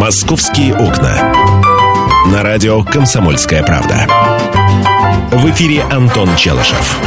«Московские окна». На радио «Комсомольская правда». В эфире Антон Челышев.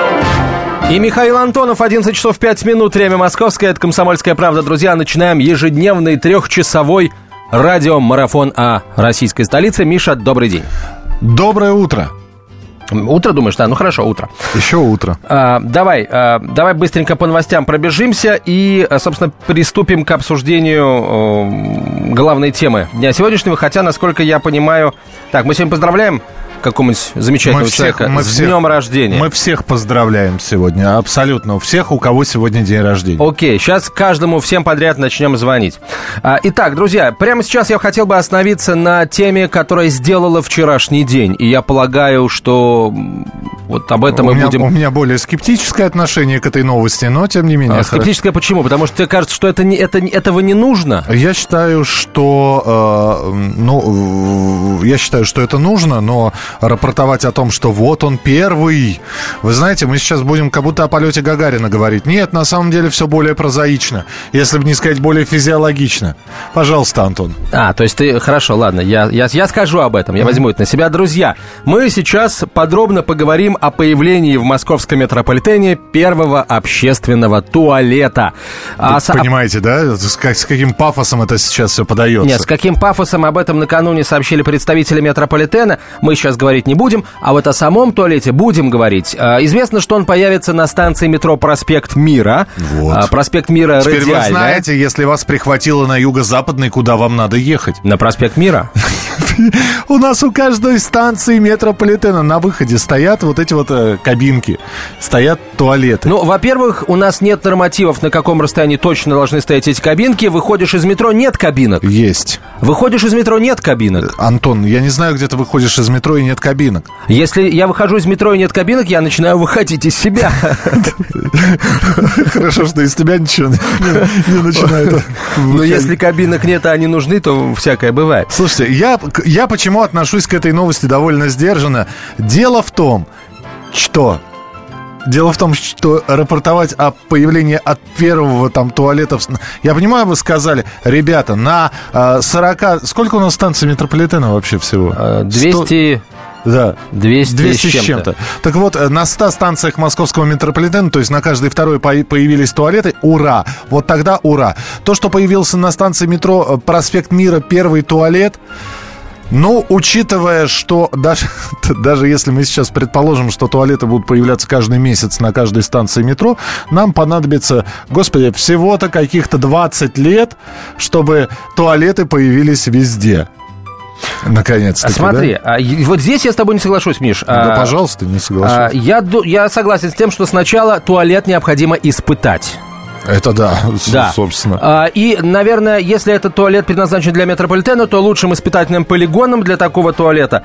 И Михаил Антонов, 11 часов 5 минут, время московское, это «Комсомольская правда». Друзья, начинаем ежедневный трехчасовой радиомарафон о российской столице. Миша, добрый день. Доброе утро. Утро, думаешь? Да, ну хорошо, утро. Еще утро. Давай быстренько по новостям пробежимся и, собственно, приступим к обсуждению главной темы дня сегодняшнего. Хотя, насколько я понимаю... Так, мы сегодня поздравляем какого-нибудь замечательного человека с днем рождения. Мы всех поздравляем сегодня, абсолютно всех, у кого сегодня день рождения. Окей, сейчас всем подряд начнем звонить. Итак, друзья, прямо сейчас я хотел бы остановиться на теме, которая сделала вчерашний день. И я полагаю, что вот об этом мы будем... У меня более скептическое отношение к этой новости, но тем не менее... Скептическое почему? Потому что тебе кажется, что этого не нужно? Я считаю, что... я считаю, что это нужно, но... рапортовать о том, что вот он первый. Вы знаете, мы сейчас будем как будто о полете Гагарина говорить. Нет, на самом деле все более прозаично. Если бы не сказать более физиологично. Пожалуйста, Антон. То есть ты... Хорошо, ладно, я скажу об этом, я возьму это на себя. Друзья, мы сейчас подробно поговорим о появлении в московском метрополитене первого общественного туалета. Понимаете, да? С каким пафосом это сейчас все подается? Нет, с каким пафосом об этом накануне сообщили представители метрополитена. Мы сейчас говорить не будем, а вот о самом туалете будем говорить. Известно, что он появится на станции метро «Проспект Мира». Вот. «Проспект Мира» теперь радиальная. Вы знаете, если вас прихватило на юго-западный, куда вам надо ехать? На «Проспект Мира»? У нас у каждой станции метрополитена на выходе стоят вот эти вот кабинки, стоят туалеты. Ну, во-первых, у нас нет нормативов, на каком расстоянии точно должны стоять эти кабинки. Выходишь из метро, нет кабинок. Есть. Выходишь из метро, нет кабинок. Антон, я не знаю, где ты выходишь из метро и нет кабинок. Если я выхожу из метро и нет кабинок, я начинаю выходить из себя. Хорошо, что из тебя ничего не начинает. Но если кабинок нет, а они нужны, то всякое бывает. Слушайте, я почему отношусь к этой новости довольно сдержанно. Дело в том, что рапортовать о появлении от первого там туалетов... Я понимаю, вы сказали, ребята, на 40... Сколько у нас станций метрополитена вообще всего? 200... Да, 200 с чем-то. Так вот, на 100 станциях московского метрополитена, то есть на каждой второй появились туалеты, ура! Вот тогда ура! То, что появился на станции метро «Проспект Мира» первый туалет... Ну, учитывая, что даже если мы сейчас предположим, что туалеты будут появляться каждый месяц на каждой станции метро, нам понадобится, господи, всего-то каких-то 20 лет, чтобы туалеты появились везде. Наконец-таки, смотри, да? Вот здесь я с тобой не соглашусь, Миш. Да, пожалуйста, не соглашусь. Я согласен с тем, что сначала туалет необходимо испытать. Это да, собственно. И, наверное, если этот туалет предназначен для метрополитена, то лучшим испытательным полигоном для такого туалета,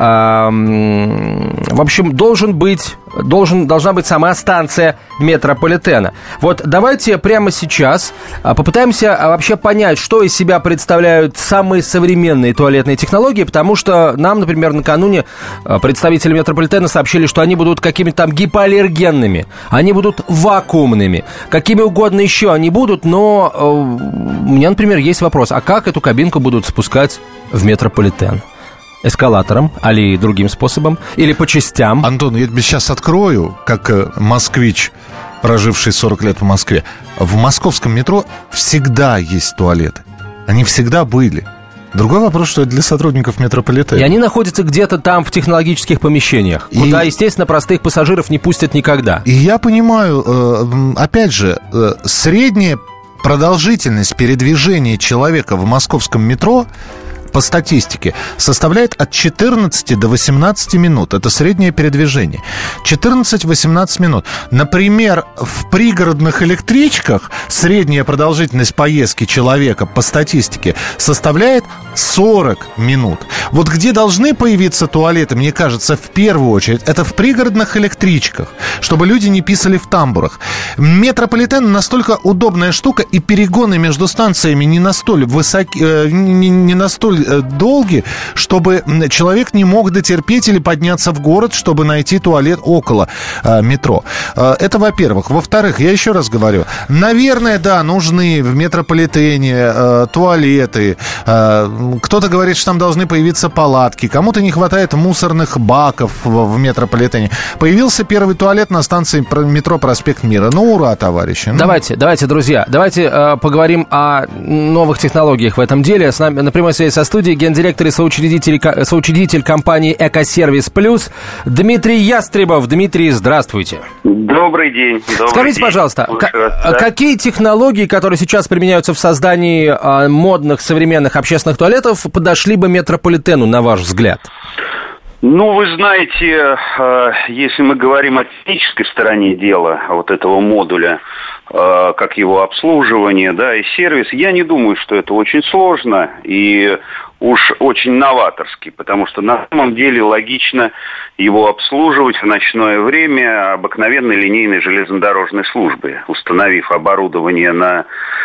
в общем, должна быть сама станция метрополитена. Вот давайте прямо сейчас попытаемся вообще понять, что из себя представляют самые современные туалетные технологии, потому что нам, например, накануне представители метрополитена сообщили, что они будут какими-то там гипоаллергенными, они будут вакуумными, какими угодно еще они будут, но у меня, например, есть вопрос, а как эту кабинку будут спускать в метрополитен? Эскалатором, или другим способом, или по частям? Антон, я тебе сейчас открою, как москвич, проживший 40 лет в Москве. В московском метро всегда есть туалеты. Они всегда были. Другой вопрос, что это для сотрудников метрополитена. И они находятся где-то там в технологических помещениях, куда, естественно, простых пассажиров не пустят никогда. И я понимаю, опять же, средняя продолжительность передвижения человека в московском метро по статистике составляет от 14 до 18 минут. Это среднее передвижение. 14-18 минут. Например, в пригородных электричках средняя продолжительность поездки человека по статистике составляет 40 минут. Вот где должны появиться туалеты, мне кажется, в первую очередь, это в пригородных электричках, чтобы люди не писали в тамбурах. Метрополитен настолько удобная штука, и перегоны между станциями не настолько долги, чтобы человек не мог дотерпеть или подняться в город, чтобы найти туалет около метро. Это, во-первых. Во-вторых, я еще раз говорю, наверное, да, нужны в метрополитене туалеты. Кто-то говорит, что там должны появиться палатки. Кому-то не хватает мусорных баков в метрополитене. Появился первый туалет на станции метро «Проспект Мира». Ну, ура, товарищи. Давайте, друзья, давайте поговорим о новых технологиях в этом деле. С нами на прямой связи со студией гендиректор и соучредитель компании «Экосервис Плюс» Дмитрий Ястребов. Дмитрий, здравствуйте. Добрый день. Скажите, пожалуйста, какие технологии, которые сейчас применяются в создании модных современных общественных туалетов, подошли бы метрополитену, на ваш взгляд? Ну, вы знаете, если мы говорим о технической стороне дела, вот этого модуля, как его обслуживание, да, и сервис, я не думаю, что это очень сложно и уж очень новаторски, потому что на самом деле логично его обслуживать в ночное время обыкновенной линейной железнодорожной службы, установив оборудование на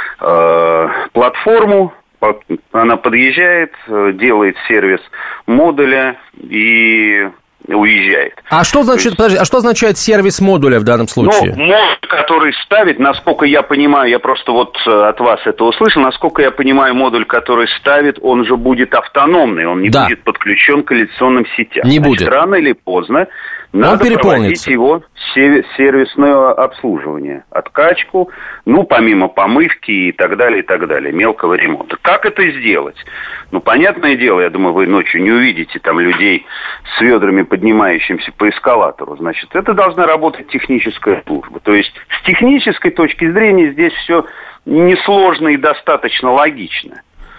платформу. Она подъезжает, делает сервис модуля и уезжает. А что значит, а что означает сервис модуля в данном случае? Ну, модуль, который ставит, насколько я понимаю, я просто вот от вас это услышал, насколько я понимаю, модуль, который ставит, он же будет автономный, он не будет подключен к коллекционным сетям. Не будет. Рано или поздно надо проводить его сервисное обслуживание, откачку, ну, помимо помывки и так далее, мелкого ремонта. Как это сделать? Ну, понятное дело, я думаю, вы ночью не увидите там людей с ведрами, поднимающимся по эскалатору. Значит, это должна работать техническая служба. То есть, с технической точки зрения здесь все несложно и достаточно логично.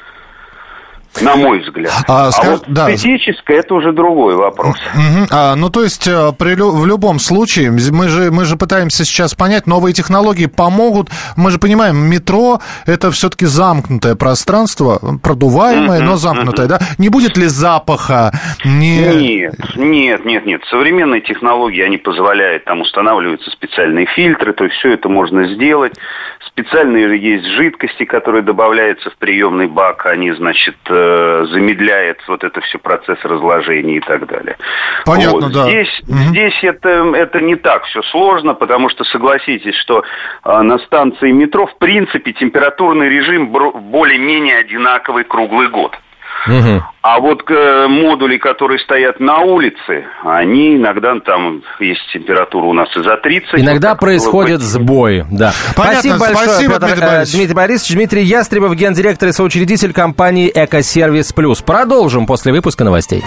На мой взгляд. Эстетическое это уже другой вопрос. Ну, то есть, в любом случае, мы же пытаемся сейчас понять, новые технологии помогут. Мы же понимаем, метро – это все-таки замкнутое пространство, продуваемое, но замкнутое, да? Не будет ли запаха? Нет. Современные технологии, они позволяют, там устанавливаются специальные фильтры, то есть, все это можно сделать. Специальные есть жидкости, которые добавляются в приемный бак, они, значит, замедляет вот это все процесс разложения и так далее. Понятно, вот. Да. Здесь это не так все сложно, потому что, согласитесь, что на станции метро, в принципе, температурный режим более-менее одинаковый круглый год. А вот модули, которые стоят на улице, они иногда, там есть температура у нас и за 30. Иногда происходит сбой, да. Понятно, спасибо большое, Дмитрий Борисович. Дмитрий Ястребов, гендиректор и соучредитель компании «Экосервис Плюс». Продолжим после выпуска новостей.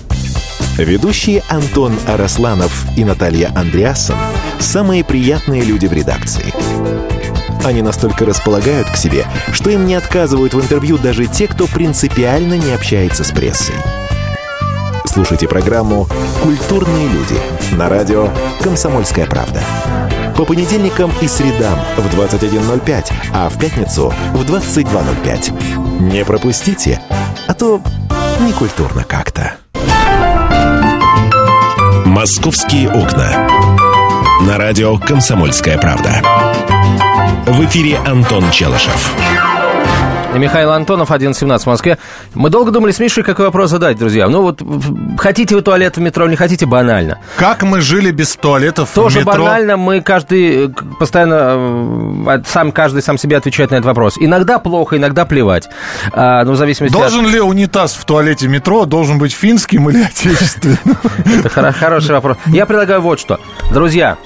Ведущие Антон Арасланов и Наталья Андреасон – самые приятные люди в редакции. Они настолько располагают к себе, что им не отказывают в интервью даже те, кто принципиально не общается с прессой. Слушайте программу «Культурные люди» на радио «Комсомольская правда». По понедельникам и средам в 21:05, а в пятницу в 22:05. Не пропустите, а то некультурно как-то. «Московские окна». На радио «Комсомольская правда». В эфире Антон Челышев. И Михаил Антонов, 11:17 в Москве. Мы долго думали с Мишей, какой вопрос задать, друзья. Ну вот, хотите вы туалет в метро, не хотите, банально. Как мы жили без туалетов в метро? Тоже банально, мы каждый постоянно, каждый сам себе отвечает на этот вопрос. Иногда плохо, иногда плевать. Ну, в зависимости Должен ли унитаз в туалете метро, должен быть финским или отечественным? Это хороший вопрос. Я предлагаю вот что. Друзья,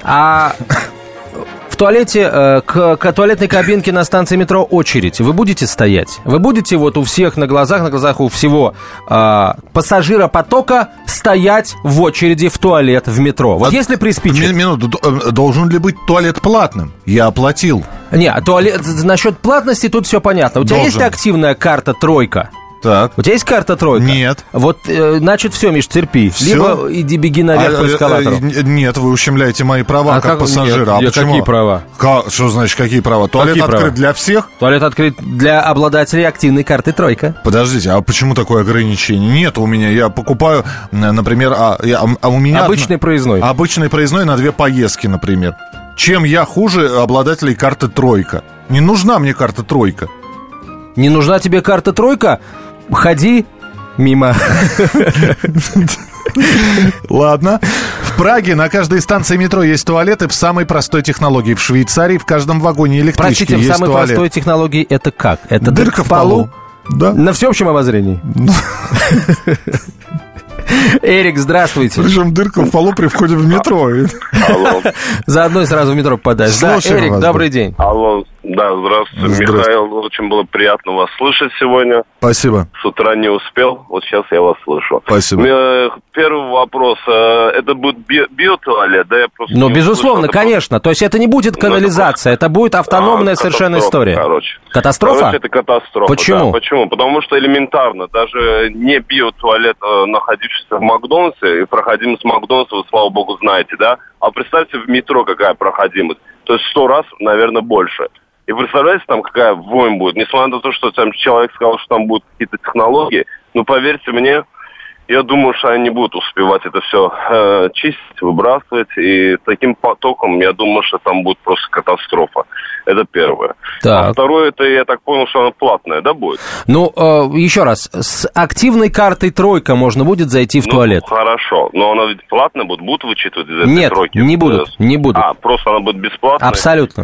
в туалете, к туалетной кабинке на станции метро очередь. Вы будете стоять? Вы будете вот у всех на глазах у всего пассажиропотока стоять в очереди в туалет в метро? Вот если приспичит... Минуту, должен ли быть туалет платным? Я оплатил. Не, насчет платности тут все понятно. У тебя есть активная карта «Тройка»? Так. У тебя есть карта «Тройка»? Нет. Вот, значит, все, Миш, терпи. Все? Либо иди беги наверх по эскалатору. Нет, вы ущемляете мои права как пассажира. Нет, почему? Какие права? Что значит, какие права? Туалет открыт для всех? Туалет открыт для обладателей активной карты «Тройка». Подождите, а почему такое ограничение? Нет у меня. Я покупаю, например, у меня... Обычный проездной. Обычный проездной на 2 поездки, например. Чем я хуже обладателей карты «Тройка»? Не нужна мне карта «Тройка». Не нужна тебе карта «Тройка»? ходи мимо. Ладно. В Праге на каждой станции метро есть туалеты в самой простой технологии. В Швейцарии в каждом вагоне электрички есть туалет. Простите, в самой простой технологии это как? Это дырка в полу. Да. На всеобщем обозрении? Эрик, здравствуйте. Причем дырка в полу при входе в метро. Алло. Заодно и сразу в метро попадаешь. Да, Эрик, добрый день. Алло, да, здравствуйте, Михаил. Очень было приятно вас слышать сегодня. Спасибо. С утра не успел, вот сейчас я вас слышу. Спасибо. Первый вопрос. Это будет биотуалет, да? Я просто ну, безусловно, конечно. То есть это не будет канализация, это будет автономная совершенно история. Катастрофа? Короче, это катастрофа. Почему? Да. Почему? Потому что элементарно, даже не биотуалет, находившийся в Макдональдсе, и проходимость Макдональдса, вы, слава богу, знаете, да? А представьте, в метро какая проходимость. То есть 100 раз, наверное, больше. И представляете, там какая вонь будет. Несмотря на то, что там человек сказал, что там будут какие-то технологии, но поверьте мне, я думаю, что они не будут успевать это все чистить, выбрасывать. И таким потоком, я думаю, что там будет просто катастрофа. Это первое. Так. А второе, это я так понял, что она платная, да, будет? Ну, еще раз, с активной картой «Тройка» можно будет зайти в туалет. Хорошо, но она ведь платная будет? Будут вычитывать из этой «Тройки»? Нет, не будут. А, просто она будет бесплатная? Абсолютно.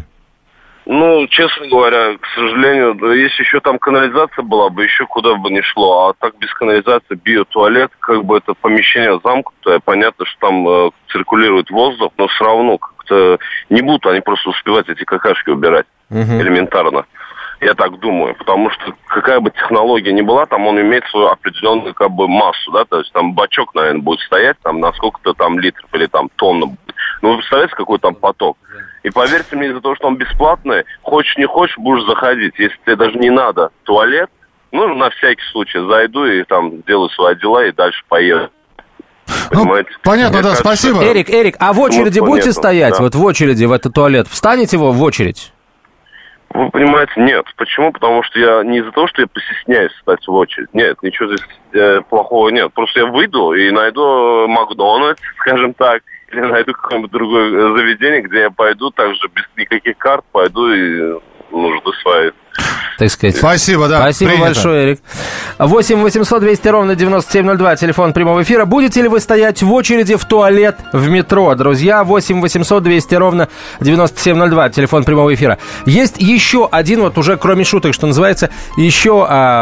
Ну, честно говоря, к сожалению, да, если еще там канализация была бы, еще куда бы ни шло. А так без канализации биотуалет, как бы это помещение замкнутое, понятно, что там циркулирует воздух, но все равно как-то не будут они просто успевать эти какашки убирать элементарно. Я так думаю, потому что какая бы технология ни была, там он имеет свою определенную как бы массу, да, то есть там бачок, наверное, будет стоять там на сколько-то там литров или там тонн. Ну, вы представляете, какой там поток? И поверьте мне, из-за того, что он бесплатный, хочешь не хочешь, будешь заходить. Если тебе даже не надо туалет, ну, на всякий случай зайду и там делаю свои дела и дальше поеду. Понимаете? Ну, понятно, да, спасибо. Эрик, а в очереди будете стоять? Да. Вот в очереди в этот туалет. Встанете его в очередь? Вы понимаете, нет. Почему? Потому что я не из-за того, что я постесняюсь встать в очередь. Нет, ничего здесь плохого нет. Просто я выйду и найду Макдональдс, скажем так, или найду какое-нибудь другое заведение, где я пойду также без никаких карт, пойду и нужды свои. Так сказать. Спасибо, да. Спасибо большое, Эрик. 8 800 200 ровно 9702, телефон прямого эфира. Будете ли вы стоять в очереди в туалет в метро, друзья? 8 800 200 ровно 9702, телефон прямого эфира. Есть еще один, вот уже кроме шуток, что называется, еще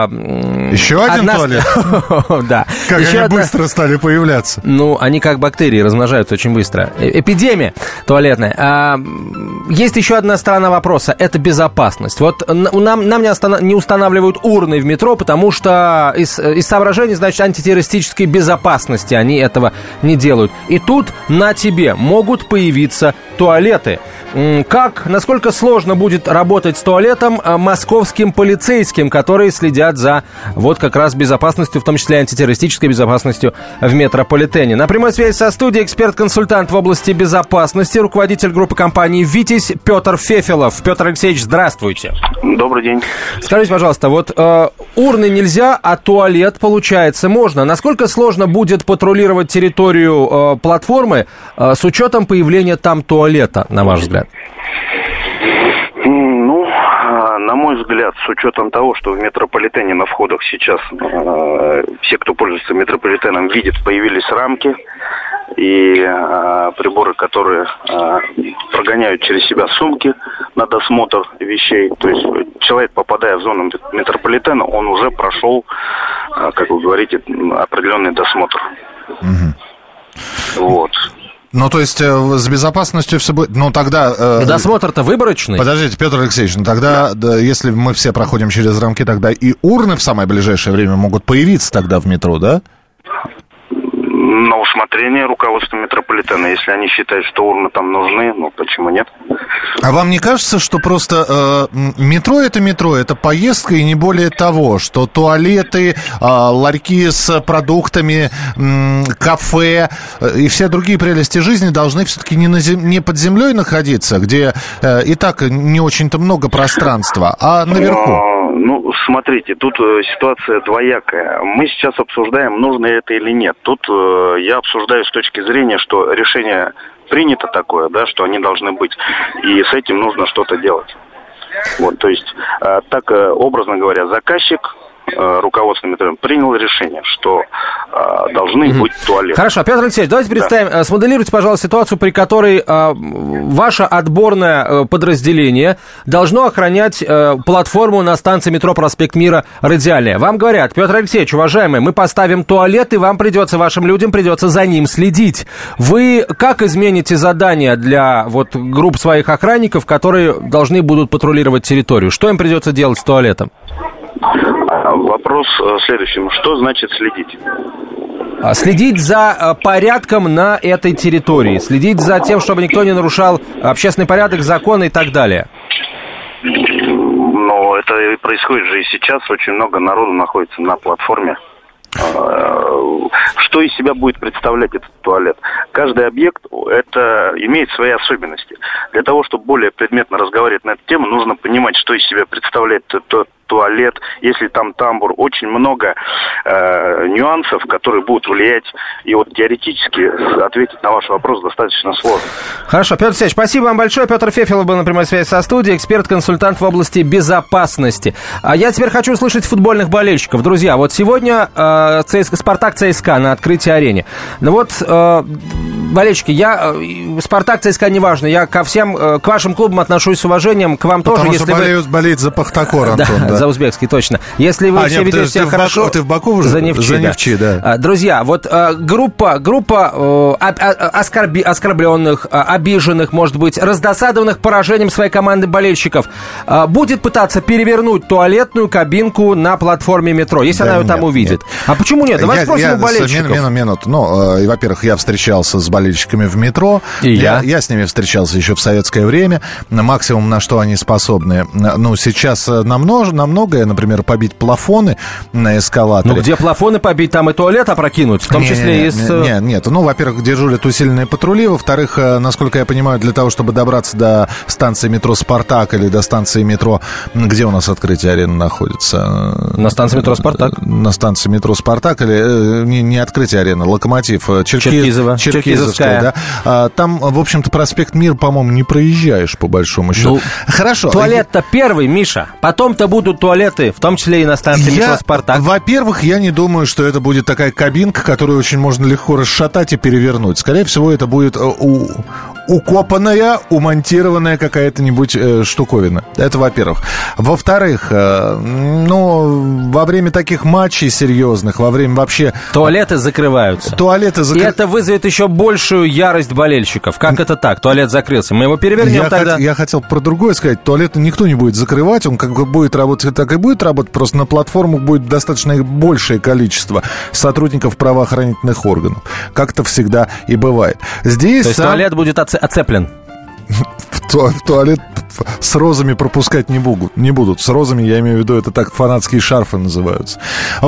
один туалет? Да. Как они быстро стали появляться. Ну, они как бактерии размножаются очень быстро. Эпидемия туалетная. Есть еще одна сторона вопроса. Это безопасность. Вот нам не устанавливают урны в метро, потому что из соображений, значит, антитеррористической безопасности они этого не делают. И тут на тебе могут появиться туалеты. Насколько сложно будет работать с туалетом московским полицейским, которые следят за вот как раз безопасностью, в том числе антитеррористической безопасностью в метрополитене. На прямой связи со студией эксперт-консультант в области безопасности, руководитель группы компании «Витязь» Петр Фефелов. Петр Алексеевич, здравствуйте. Добрый день. Скажите, пожалуйста, вот урны нельзя, а туалет, получается, можно. Насколько сложно будет патрулировать территорию платформы с учетом появления там туалета, на ваш взгляд? Ну, на мой взгляд, с учетом того, что в метрополитене на входах сейчас все, кто пользуется метрополитеном, видят, появились рамки и приборы, которые прогоняют через себя сумки на досмотр вещей. То есть человек, попадая в зону метрополитена, он уже прошел, как вы говорите, определенный досмотр. Вот. Ну, то есть с безопасностью все будет... Ну, тогда... Досмотр-то выборочный. Подождите, Петр Алексееевич, ну тогда, да, если мы все проходим через рамки, тогда и урны в самое ближайшее время могут появиться тогда в метро, да? На усмотрение руководства метрополитена. Если они считают, что урны там нужны, ну, почему нет? А вам не кажется, что просто метро, это поездка и не более того, что туалеты, ларьки с продуктами, кафе и все другие прелести жизни должны все-таки не под землей находиться, где и так не очень-то много пространства, а наверху? Ну, смотрите, тут ситуация двоякая. Мы сейчас обсуждаем, нужно это или нет. Тут я обсуждаю с точки зрения, что решение принято такое, да, что они должны быть, и с этим нужно что-то делать. Вот, то есть, так, образно говоря, заказчик руководство метро приняло решение, что должны быть туалеты. Хорошо, Петр Алексеевич, давайте представим, смоделируйте, пожалуйста, ситуацию, при которой ваше отборное подразделение должно охранять платформу на станции метро «Проспект Мира» Радиальная. Вам говорят: Петр Алексеевич, уважаемый, мы поставим туалет, и вам придется, вашим людям придется за ним следить. Вы как измените задание для групп своих охранников, которые должны будут патрулировать территорию? Что им придется делать с туалетом? Вопрос в следующем. Что значит следить? Следить за порядком на этой территории, следить за тем, чтобы никто не нарушал общественный порядок, законы и так далее. Но это происходит же и сейчас. Очень много народу находится на платформе. Что из себя будет представлять этот туалет? Каждый объект имеет свои особенности. Для того, чтобы более предметно разговаривать на эту тему, нужно понимать, что из себя представляет этот туалет, если там тамбур. Очень много нюансов, которые будут влиять. И теоретически ответить на ваш вопрос достаточно сложно. Хорошо, Петр Алексеевич, спасибо вам большое. Петр Фефелов был на прямой связи со студией, эксперт-консультант в области безопасности. А я теперь хочу услышать футбольных болельщиков. Друзья, сегодня «Спартак-ЦСКА» на открытии арене. Болельщики, «Спартак», «ЦСКА» неважно, я ко всем, к вашим клубам отношусь с уважением, к вам потому тоже. Потому что болеет за «Пахтакор», Антон, да. За узбекский, точно. Если вы все ведете себя хорошо... Ты в Баку уже? За Нефчи, да. Друзья, группа оскорбленных, обиженных, может быть, раздосадованных поражением своей команды болельщиков будет пытаться перевернуть туалетную кабинку на платформе метро, если она ее там увидит. А почему нет? Давай спросим у болельщиков. Минуту. Во-первых, я встречался с болельщиками в метро. Я с ними встречался еще в советское время. Максимум, на что они способны. Сейчас на многое, например, побить плафоны на эскалаторе. Где плафоны побить, там и туалет опрокинуть, в том числе из... Нет. Во-первых, дежурят усиленные патрули. Во-вторых, насколько я понимаю, для того, чтобы добраться до станции метро «Спартак» или до станции метро... Где у нас открытие арены находится? На станции метро «Спартак». На станции метро «Спартак» или не открытие арены, «Локомотив». Черкизовская, да. Там, в общем-то, проспект Мир, по-моему, не проезжаешь, по большому счету. Хорошо. Туалет-то первый, Миша. Потом-то будут туалеты, в том числе и на станции метро «Спартак». Во-первых, я не думаю, что это будет такая кабинка, которую очень можно легко расшатать и перевернуть. Скорее всего, это будет укопанная, умонтированная какая-то-нибудь штуковина. Это во-первых. Во-вторых, во время таких матчей серьезных, во время вообще... Туалеты закрываются. И это вызовет еще большую ярость болельщиков. Как это так? Туалет закрылся. Мы его перевернем тогда. Я хотел про другое сказать. Туалет никто не будет закрывать. Он как бы будет работать, так и будет работать. Просто на платформах будет достаточно большее количество сотрудников правоохранительных органов. Как это всегда и бывает. Здесь То есть туалет будет оцеплен? В туалет с розами пропускать не будут. С розами, я имею в виду, это так фанатские шарфы называются.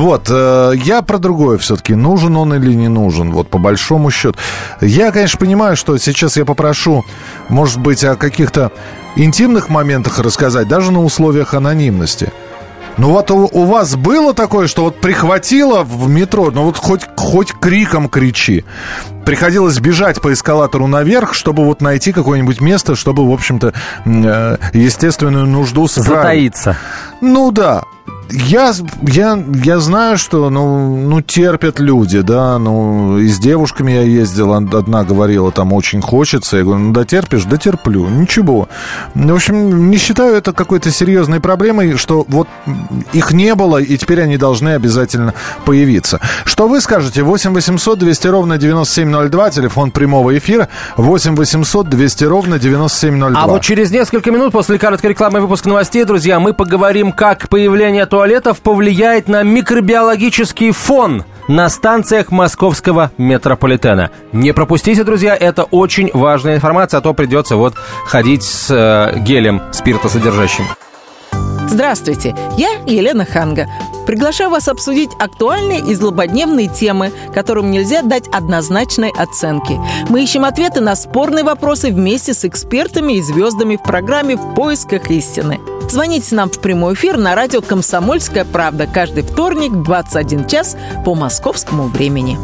Я про другое все-таки. Нужен он или не нужен, по большому счету. Я, конечно, понимаю, что сейчас я попрошу, может быть, о каких-то интимных моментах рассказать, даже на условиях анонимности. У вас было такое, что прихватило в метро, хоть криком кричи. Приходилось бежать по эскалатору наверх, чтобы найти какое-нибудь место, чтобы, в общем-то, естественную нужду справить. Затаиться. Да. Я знаю, что, терпят люди, да, и с девушками я ездил, одна говорила, там, очень хочется, я говорю, дотерпишь? Да терплю, ничего. В общем, не считаю это какой-то серьезной проблемой, что их не было, и теперь они должны обязательно появиться. Что вы скажете? 8 800 200 ровно 9702, телефон прямого эфира, 8 800 200 ровно 9702. А через несколько минут после короткой рекламы выпуска новостей, друзья, мы поговорим, как появление туалетов повлияет на микробиологический фон на станциях московского метрополитена. Не пропустите, друзья, это очень важная информация, а то придется ходить с гелем спиртосодержащим. Здравствуйте, я Елена Ханга. Приглашаю вас обсудить актуальные и злободневные темы, которым нельзя дать однозначной оценки. Мы ищем ответы на спорные вопросы вместе с экспертами и звездами в программе «В поисках истины». Звоните нам в прямой эфир на радио «Комсомольская правда» каждый вторник в 21 час по московскому времени.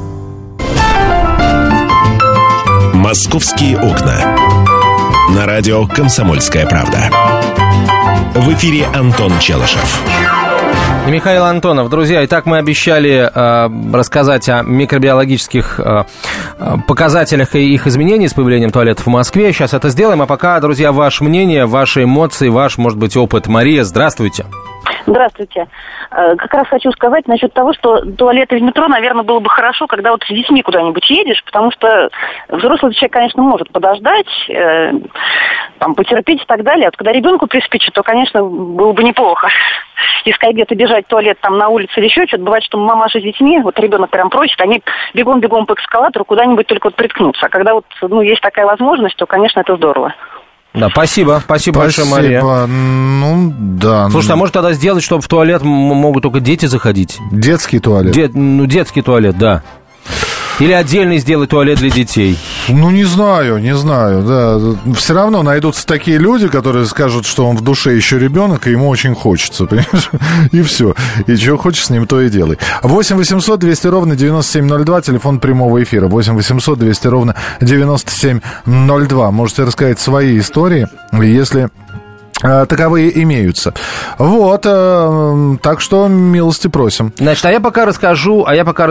«Московские окна». На радио «Комсомольская правда». В эфире Антон Челышев. Михаил Антонов. Друзья, итак, мы обещали рассказать о микробиологических показателях и их изменений с появлением туалетов в Москве. Сейчас это сделаем. А пока, друзья, ваше мнение, ваши эмоции, ваш, может быть, опыт. Мария, здравствуйте. Здравствуйте. Как раз хочу сказать насчет того, что туалеты в метро, наверное, было бы хорошо, когда вот с детьми куда-нибудь едешь, потому что взрослый человек, конечно, может подождать, там, потерпеть и так далее. А вот когда ребенку приспичит, то, конечно, было бы неплохо. Если где-то бежать в туалет там на улице или еще что-то, бывает, что мамаша с детьми, вот ребенок прям просит, они бегом-бегом по эскалатору куда-нибудь только вот приткнуться. А когда вот, есть такая возможность, то, конечно, это здорово. Да, спасибо большое, Мария. Ну, да. Слушай, а может тогда сделать, чтобы в туалет могут только дети заходить? Детский туалет? Детский туалет, да. Или отдельный сделать туалет для детей? Ну, не знаю, да. Все равно найдутся такие люди, которые скажут, что он в душе еще ребенок, и ему очень хочется, понимаешь? И все. И чего хочешь, с ним то и делай. 8 800 200 ровно 9702, телефон прямого эфира. 8 800 200 ровно 9702. Можете рассказать свои истории, если таковые имеются. Вот, так что милости просим. Значит, я пока расскажу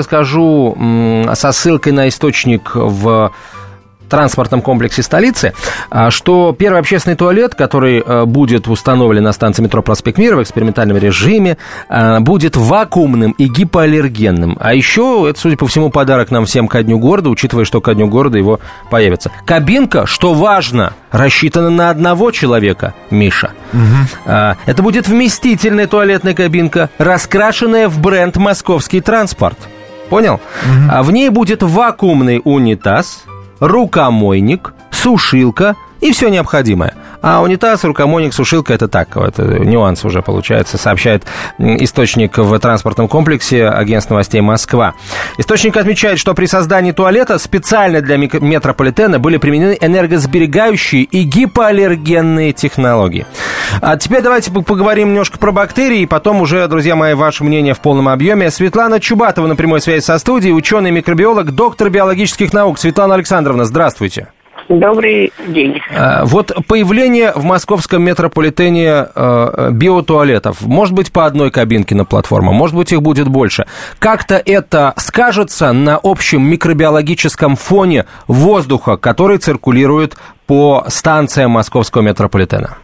со ссылкой на источник в транспортном комплексе столицы, что первый общественный туалет, который будет установлен на станции метро Проспект Мира в экспериментальном режиме, будет вакуумным и гипоаллергенным. А еще, это, судя по всему, подарок нам всем ко Дню города, учитывая, что ко Дню города его появится. Кабинка, что важно, рассчитана на одного человека, Миша. Угу. Это будет вместительная туалетная кабинка, раскрашенная в бренд «Московский транспорт». Понял? Угу. В ней будет вакуумный унитаз, рукомойник, сушилка и все необходимое. А унитаз, рукомойник, сушилка – это так, это нюанс уже получается, сообщает источник в транспортном комплексе агентства новостей «Москва». Источник отмечает, что при создании туалета специально для метрополитена были применены энергосберегающие и гипоаллергенные технологии. А теперь давайте поговорим немножко про бактерии, и потом уже, друзья мои, ваше мнение в полном объеме. Светлана Чубатова на прямой связи со студией, ученый-микробиолог, доктор биологических наук. Светлана Александровна, здравствуйте. Добрый день. Вот появление в московском метрополитене биотуалетов, может быть, по одной кабинке на платформе, может быть, их будет больше. Как-то это скажется на общем микробиологическом фоне воздуха, который циркулирует по станциям московского метрополитена?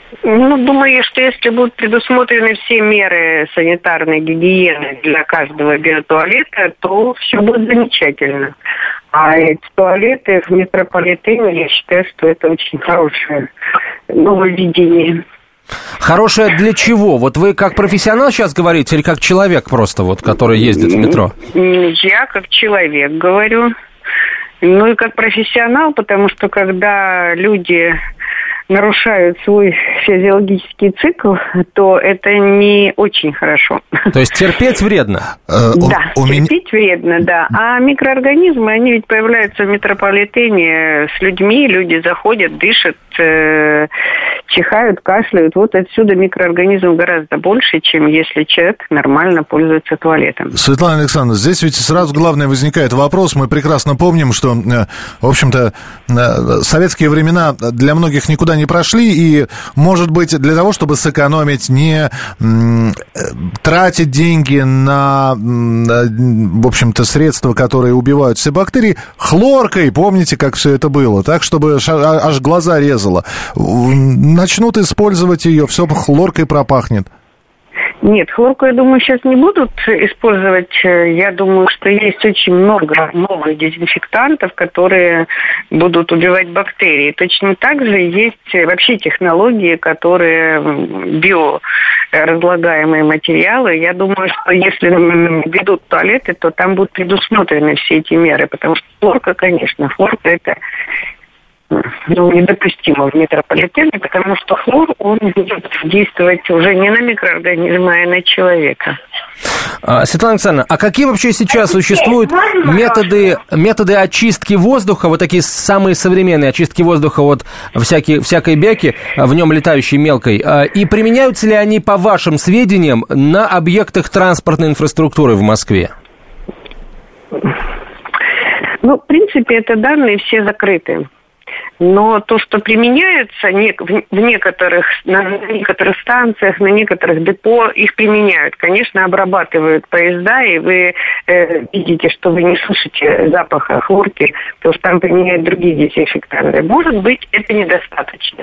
Думаю, что если будут предусмотрены все меры санитарной гигиены для каждого биотуалета, то все будет замечательно. А эти туалеты в метрополитене, я считаю, что это очень хорошее нововведение. Хорошее для чего? Вот вы как профессионал сейчас говорите или как человек просто, вот, который ездит в метро? Я как человек говорю. И как профессионал, потому что когда люди нарушают свой физиологический цикл, то это не очень хорошо. То есть терпеть вредно? Да, терпеть вредно, да. А микроорганизмы, они ведь появляются в метрополитене с людьми, люди заходят, дышат, чихают, кашляют. Вот отсюда микроорганизмов гораздо больше, чем если человек нормально пользуется туалетом. Светлана Александровна, здесь ведь сразу главное возникает вопрос. Мы прекрасно помним, что, в общем-то, советские времена для многих никуда не прошли, и, может быть, для того, чтобы сэкономить, не тратить деньги на, в общем-то, средства, которые убивают все бактерии, хлоркой, помните, как все это было, так, чтобы аж глаза резало. Начнут использовать ее, все хлоркой пропахнет. Нет, хлорку, я думаю, сейчас не будут использовать. Я думаю, что есть очень много новых дезинфектантов, которые будут убивать бактерии. Точно так же есть вообще технологии, которые биоразлагаемые материалы. Я думаю, что если ведут туалеты, то там будут предусмотрены все эти меры, потому что хлорка, конечно, это недопустимо в метрополитене, потому что хлор, он будет действовать уже не на микроорганизмы, а на человека. Светлана Александровна, а какие вообще сейчас существуют методы очистки воздуха, вот такие самые современные очистки воздуха от всякой бяки, в нем летающей мелкой, и применяются ли они, по вашим сведениям, на объектах транспортной инфраструктуры в Москве? В принципе, это данные все закрыты. Но то, что применяется на некоторых станциях, на некоторых депо, их применяют. Конечно, обрабатывают поезда, и вы видите, что вы не слышите запаха хлорки, потому что там применяют другие дезинфектанты. Может быть, это недостаточно.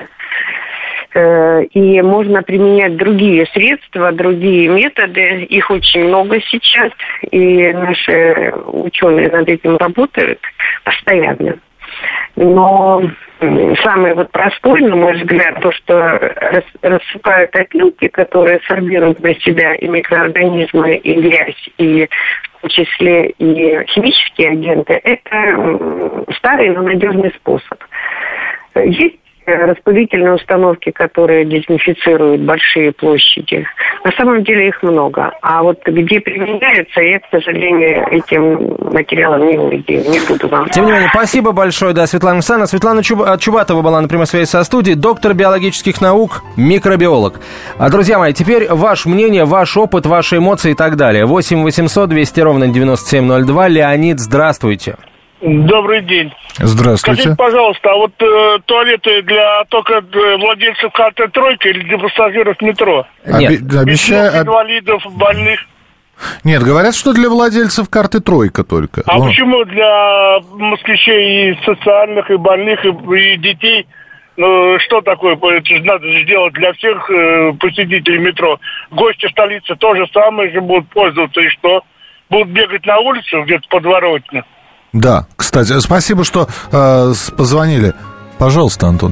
И можно применять другие средства, другие методы. Их очень много сейчас, и наши ученые над этим работают постоянно. Но самый простой, на мой взгляд, то, что рассыпают опилки, которые сорбируют на себя и микроорганизмы, и грязь, и в том числе и химические агенты, это старый, но надежный способ. Есть распылительные установки, которые дезинфицируют большие площади. На самом деле их много. А вот где применяются, я, к сожалению, этим материалом не владею. Не буду вам. Тем не менее, спасибо большое, Светлана Александровна. Светлана Чубатова была на прямой связи со студией, доктор биологических наук, микробиолог. Друзья мои, теперь ваше мнение, ваш опыт, ваши эмоции и так далее. 8 800 200 ровно 9702. Леонид, здравствуйте. Добрый день. Здравствуйте. Скажите, пожалуйста, а вот туалеты для только владельцев карты «Тройка» или для пассажиров метро? Нет. Обещаю... Инвалидов, больных? Нет, говорят, что для владельцев карты «Тройка» только. А почему для москвичей и социальных, и больных, и детей? Ну, что такое? Это же надо сделать для всех посетителей метро. Гости столицы тоже самое же будут пользоваться. И что? Будут бегать на улицу где-то подворотно? Да, кстати, спасибо, что позвонили. Пожалуйста, Антон.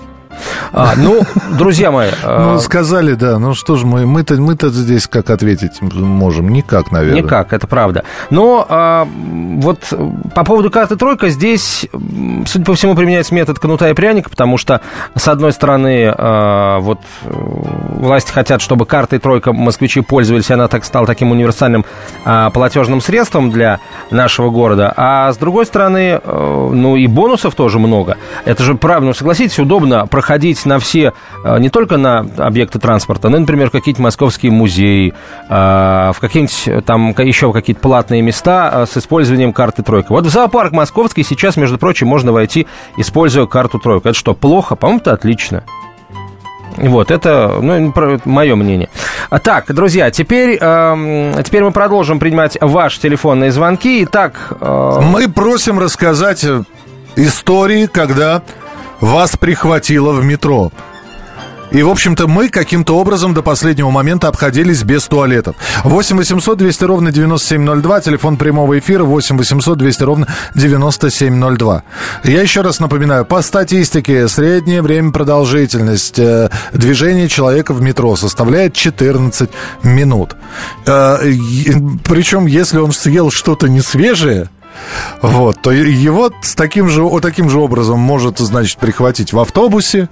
Друзья мои... сказали, да. Ну, что же, мы-то здесь как ответить можем? Никак, наверное. Никак, это правда. Но вот по поводу карты «Тройка» здесь, судя по всему, применяется метод кнута и пряника, потому что, с одной стороны, власти хотят, чтобы картой «Тройка» москвичи пользовались, и она стала таким универсальным платежным средством для нашего города. А с другой стороны, и бонусов тоже много. Это же, правда, согласитесь, удобно проходить на все, не только на объекты транспорта, но, например, какие-то московские музеи, в какие-нибудь там еще какие-то платные места с использованием карты «Тройка». Вот в зоопарк московский сейчас, между прочим, можно войти, используя карту «Тройка». Это что, плохо? По-моему, это отлично. Вот, это мое мнение. Так, друзья, теперь мы продолжим принимать ваши телефонные звонки. Итак... Мы просим рассказать истории, когда вас прихватило в метро. И, в общем-то, мы каким-то образом до последнего момента обходились без туалетов. 8 800 200 ровно 9702, телефон прямого эфира 8 800 200 ровно 9702. Я еще раз напоминаю, по статистике, среднее время продолжительность движения человека в метро составляет 14 минут. Причем, если он съел что-то несвежее, то его таким же образом может, значит, прихватить в автобусе,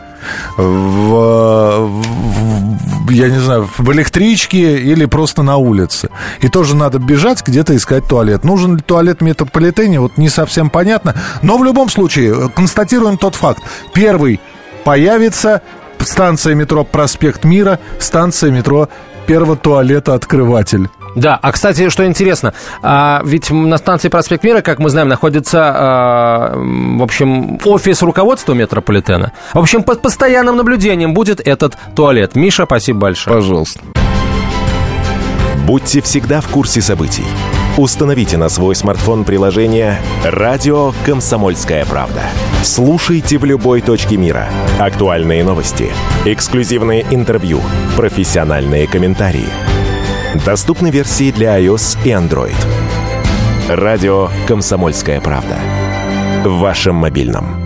в электричке или просто на улице. И тоже надо бежать где-то искать туалет. Нужен ли туалет в метрополитене, не совсем понятно. Но в любом случае, констатируем тот факт. Первый появится станция метро «Проспект Мира», станция метро «Первотуалета-открыватель». Да, кстати, что интересно, ведь на станции «Проспект Мира», как мы знаем, находится, офис руководства метрополитена. В общем, под постоянным наблюдением будет этот туалет. Миша, спасибо большое. Пожалуйста. Будьте всегда в курсе событий. Установите на свой смартфон приложение «Радио Комсомольская правда». Слушайте в любой точке мира. Актуальные новости, эксклюзивные интервью, профессиональные комментарии. Доступны версии для iOS и Android. Радио «Комсомольская правда». В вашем мобильном.